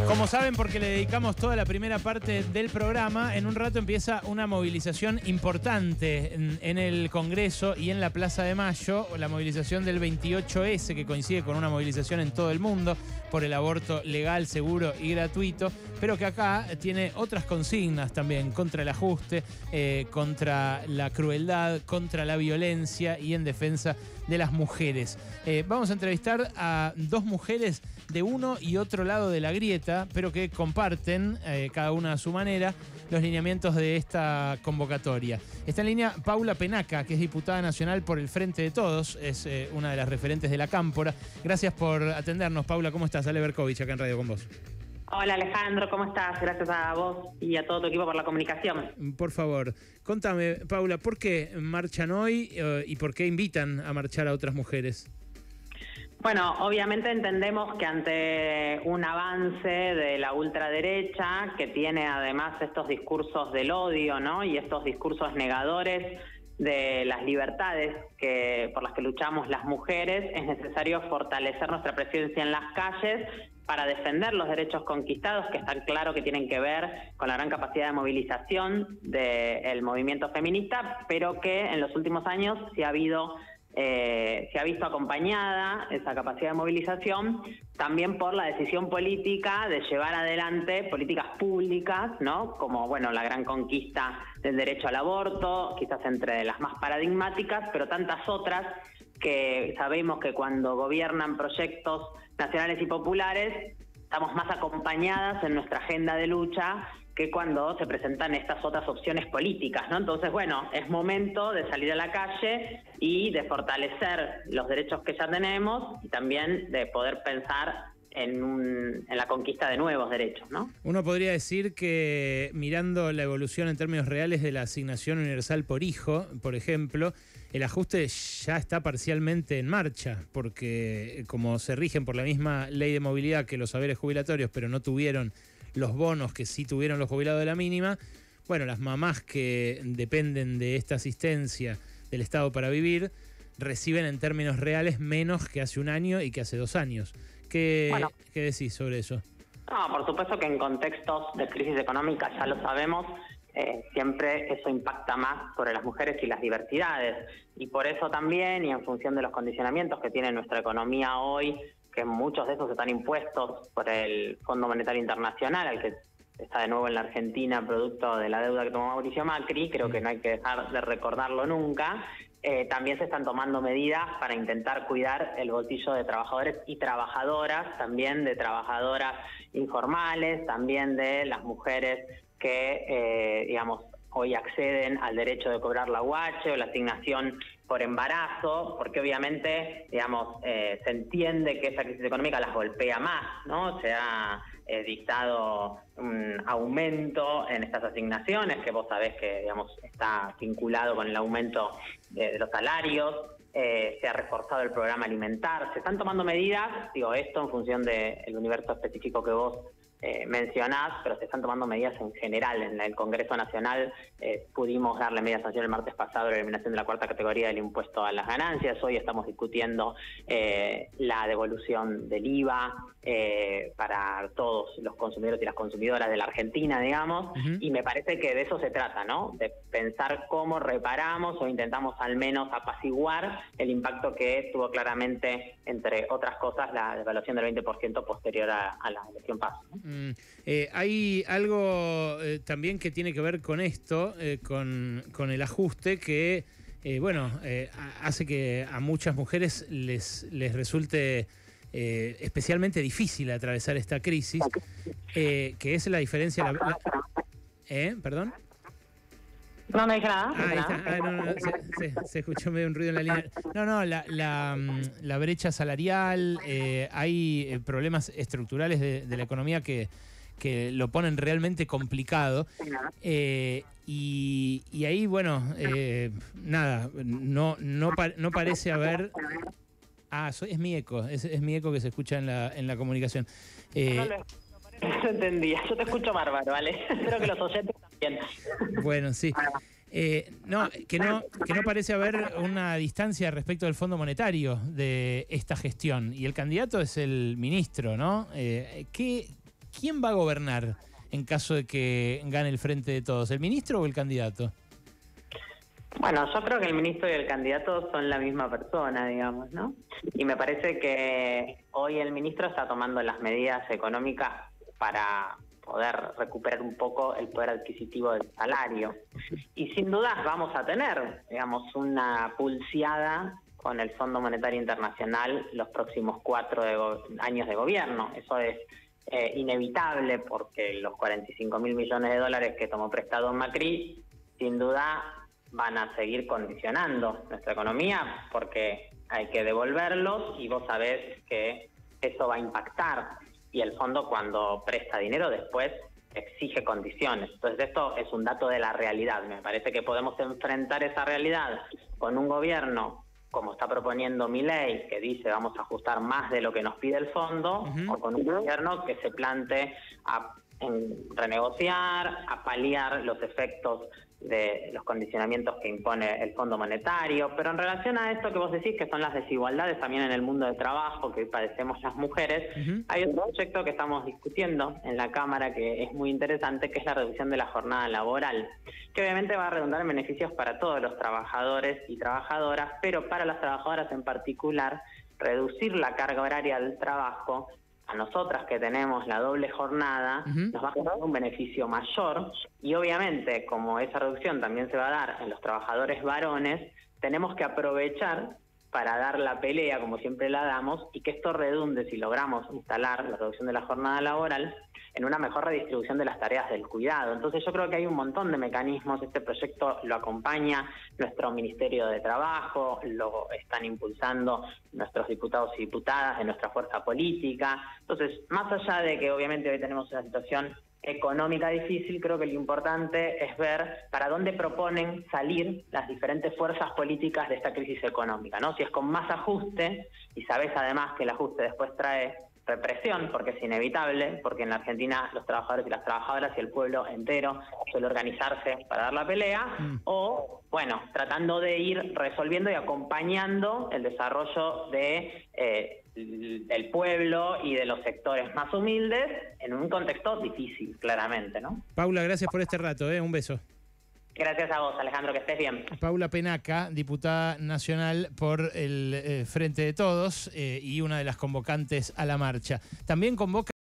Como saben, porque le dedicamos toda la primera parte del programa, en un rato empieza una movilización importante en el Congreso y en la Plaza de Mayo, la movilización del 28S, que coincide con una movilización en todo el mundo por el aborto legal, seguro y gratuito, pero que acá tiene otras consignas también, contra el ajuste, contra la crueldad, contra la violencia y en defensa de las mujeres. Vamos a entrevistar a dos mujeres de uno y otro lado de la grieta, pero que comparten, cada una a su manera, los lineamientos de esta convocatoria. Está en línea Paula Penaca, que es diputada nacional por el Frente de Todos, es una de las referentes de la Cámpora. Gracias por atendernos, Paula. ¿Cómo estás? Ale Berkovich, acá en Radio con vos. Hola Alejandro, ¿cómo estás? Gracias a vos y a todo tu equipo por la comunicación. Por favor, contame, Paula, ¿por qué marchan hoy y por qué invitan a marchar a otras mujeres? Bueno, obviamente entendemos que ante un avance de la ultraderecha, que tiene además estos discursos del odio, ¿no? Y estos discursos negadores de las libertades por las que luchamos las mujeres, es necesario fortalecer nuestra presencia en las calles para defender los derechos conquistados, que está claro que tienen que ver con la gran capacidad de movilización del movimiento feminista, pero que en los últimos años se ha visto acompañada esa capacidad de movilización también por la decisión política de llevar adelante políticas públicas, ¿no? Como, bueno, la gran conquista del derecho al aborto, quizás entre las más paradigmáticas, pero tantas otras que sabemos que cuando gobiernan proyectos nacionales y populares estamos más acompañadas en nuestra agenda de lucha que cuando se presentan estas otras opciones políticas, ¿no? Entonces, bueno, es momento de salir a la calle y de fortalecer los derechos que ya tenemos y también de poder pensar en la conquista de nuevos derechos, ¿no? Uno podría decir que mirando la evolución en términos reales de la asignación universal por hijo, por ejemplo, el ajuste ya está parcialmente en marcha, porque como se rigen por la misma ley de movilidad que los haberes jubilatorios, pero no tuvieron los bonos que sí tuvieron los jubilados de la mínima, bueno, las mamás que dependen de esta asistencia del Estado para vivir reciben en términos reales menos que hace un año y que hace 2 años. ¿Qué decís sobre eso? No, por supuesto que en contextos de crisis económica, ya lo sabemos, siempre eso impacta más sobre las mujeres y las diversidades. Y por eso también, y en función de los condicionamientos que tiene nuestra economía hoy, que muchos de esos están impuestos por el Fondo Monetario Internacional, al que está de nuevo en la Argentina producto de la deuda que tomó Mauricio Macri, creo que no hay que dejar de recordarlo nunca. También se están tomando medidas para intentar cuidar el bolsillo de trabajadores y trabajadoras, también de trabajadoras informales, también de las mujeres que, digamos, hoy acceden al derecho de cobrar la UH o la asignación por embarazo, porque obviamente, digamos, se entiende que esa crisis económica las golpea más, ¿no? Se ha dictado un aumento en estas asignaciones, que vos sabés que, digamos, está vinculado con el aumento de los salarios, se ha reforzado el programa alimentar, se están tomando medidas, digo esto en función del universo específico que vos mencionás, pero se están tomando medidas en general. En el Congreso Nacional pudimos darle media sanción el martes pasado a la eliminación de la 4ª categoría del impuesto a las ganancias. Hoy estamos discutiendo la devolución del IVA para todos los consumidores y las consumidoras de la Argentina, digamos, y me parece que de eso se trata, ¿no? De pensar cómo reparamos o intentamos al menos apaciguar el impacto que tuvo claramente, entre otras cosas, la devaluación del 20% posterior a la elección PASO, ¿no? Hay algo también que tiene que ver con esto, con el ajuste que, hace que a muchas mujeres les resulte especialmente difícil atravesar esta crisis, que es la diferencia... ¿Perdón? No dije nada. Se escuchó medio un ruido en la línea. No, la brecha salarial, hay problemas estructurales de la economía que lo ponen realmente complicado. Y ahí, bueno, no parece haber... es mi eco, es mi eco que se escucha en la comunicación. No entendía, yo te escucho bárbaro, ¿vale? Espero que los oyentes también. Bueno, sí. Que no parece haber una distancia respecto del Fondo Monetario de esta gestión. Y el candidato es el ministro, ¿no? ¿Qué ¿Quién va a gobernar en caso de que gane el Frente de Todos? ¿El ministro o el candidato? Bueno, yo creo que el ministro y el candidato son la misma persona, digamos, ¿no? Y me parece que hoy el ministro está tomando las medidas económicas para poder recuperar un poco el poder adquisitivo del salario. Y sin dudas vamos a tener, digamos, una pulseada con el Fondo Monetario Internacional los próximos 4 años de gobierno. Eso es inevitable porque los 45.000 millones de dólares que tomó prestado Macri, sin duda van a seguir condicionando nuestra economía porque hay que devolverlos y vos sabés que eso va a impactar. Y el fondo cuando presta dinero después exige condiciones. Entonces esto es un dato de la realidad. Me parece que podemos enfrentar esa realidad con un gobierno como está proponiendo Milei, que dice vamos a ajustar más de lo que nos pide el fondo, o con un gobierno que se plantee a renegociar, a paliar los efectos de los condicionamientos que impone el Fondo Monetario. Pero en relación a esto que vos decís, que son las desigualdades también en el mundo del trabajo que hoy padecemos las mujeres, hay otro proyecto que estamos discutiendo en la Cámara que es muy interesante, que es la reducción de la jornada laboral, que obviamente va a redundar en beneficios para todos los trabajadores y trabajadoras, pero para las trabajadoras en particular, reducir la carga horaria del trabajo a nosotras que tenemos la doble jornada, nos va a generar un beneficio mayor y obviamente como esa reducción también se va a dar en los trabajadores varones, tenemos que aprovechar para dar la pelea como siempre la damos y que esto redunde, si logramos instalar la reducción de la jornada laboral, en una mejor redistribución de las tareas del cuidado. Entonces yo creo que hay un montón de mecanismos, este proyecto lo acompaña nuestro Ministerio de Trabajo, lo están impulsando nuestros diputados y diputadas de nuestra fuerza política. Entonces, más allá de que obviamente hoy tenemos una situación económica difícil, creo que lo importante es ver para dónde proponen salir las diferentes fuerzas políticas de esta crisis económica, ¿no? Si es con más ajuste, y sabés además que el ajuste después trae represión, porque es inevitable, porque en la Argentina los trabajadores y las trabajadoras y el pueblo entero suele organizarse para dar la pelea, o, bueno, tratando de ir resolviendo y acompañando el desarrollo de del pueblo y de los sectores más humildes en un contexto difícil, claramente, ¿no? Paula, gracias por este rato, un beso. Gracias a vos, Alejandro, que estés bien. Paula Penaca, diputada nacional por el Frente de Todos y una de las convocantes a la marcha. También convoca